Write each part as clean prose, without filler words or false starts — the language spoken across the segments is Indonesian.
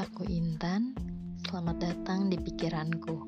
Aku Intan, selamat datang di pikiranku.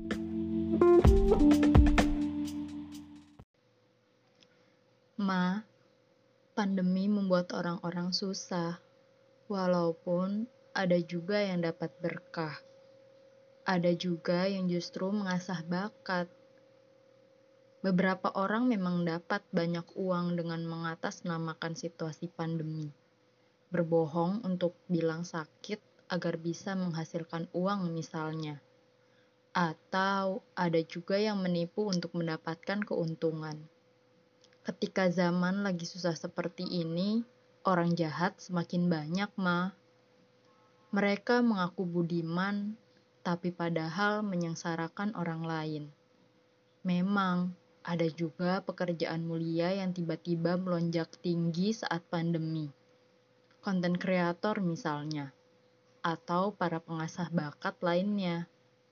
Pandemi membuat orang-orang susah, walaupun ada juga yang dapat berkah. Ada juga yang justru mengasah bakat. Beberapa orang memang dapat banyak uang dengan mengatasnamakan situasi pandemi. Berbohong untuk bilang sakit agar bisa menghasilkan uang misalnya. Atau ada juga yang menipu untuk mendapatkan keuntungan. Ketika zaman lagi susah seperti ini, orang jahat semakin banyak, Mereka mengaku budiman, tapi padahal menyengsarakan orang lain. Memang, ada juga pekerjaan mulia yang tiba-tiba melonjak tinggi saat pandemi. Konten kreator misalnya, atau para pengasah bakat lainnya.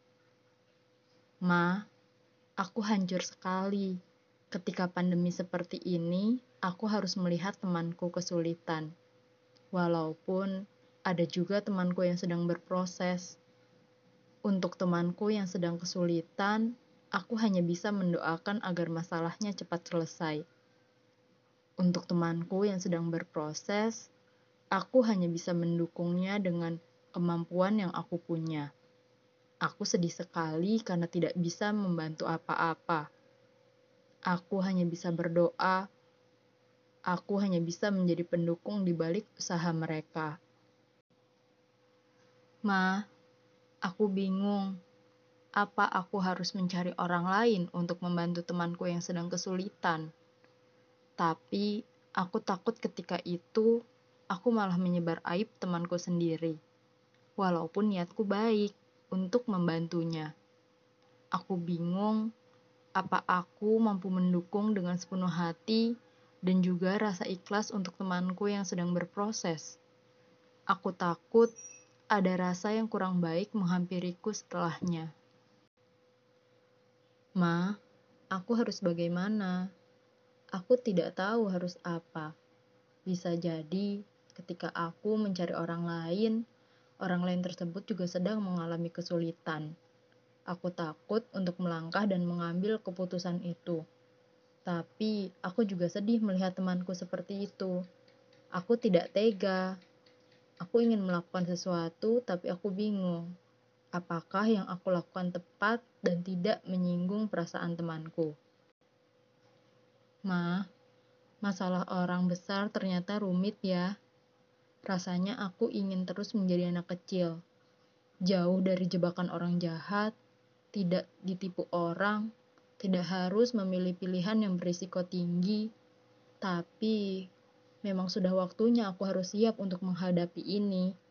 Aku hancur sekali. Ketika pandemi seperti ini, aku harus melihat temanku kesulitan. Walaupun ada juga temanku yang sedang berproses. Untuk temanku yang sedang kesulitan, aku hanya bisa mendoakan agar masalahnya cepat selesai. Untuk temanku yang sedang berproses, aku hanya bisa mendukungnya dengan kemampuan yang aku punya. Aku sedih sekali karena tidak bisa membantu apa-apa. Aku hanya bisa berdoa. Aku hanya bisa menjadi pendukung di balik usaha mereka. Aku bingung. Apa aku harus mencari orang lain untuk membantu temanku yang sedang kesulitan? Tapi aku takut ketika itu aku malah menyebar aib temanku sendiri. Walaupun niatku baik untuk membantunya. Aku bingung. Apa aku mampu mendukung dengan sepenuh hati dan juga rasa ikhlas untuk temanku yang sedang berproses? Aku takut ada rasa yang kurang baik menghampiriku setelahnya. Aku harus bagaimana? Aku tidak tahu harus apa. Bisa jadi ketika aku mencari orang lain tersebut juga sedang mengalami kesulitan. Aku takut untuk melangkah dan mengambil keputusan itu. Tapi aku juga sedih melihat temanku seperti itu. Aku tidak tega. Aku ingin melakukan sesuatu, tapi aku bingung. Apakah yang aku lakukan tepat dan tidak menyinggung perasaan temanku? Masalah orang besar ternyata rumit ya. Rasanya aku ingin terus menjadi anak kecil. Jauh dari jebakan orang jahat, tidak ditipu orang, tidak harus memilih pilihan yang berisiko tinggi. Tapi, memang sudah waktunya aku harus siap untuk menghadapi ini.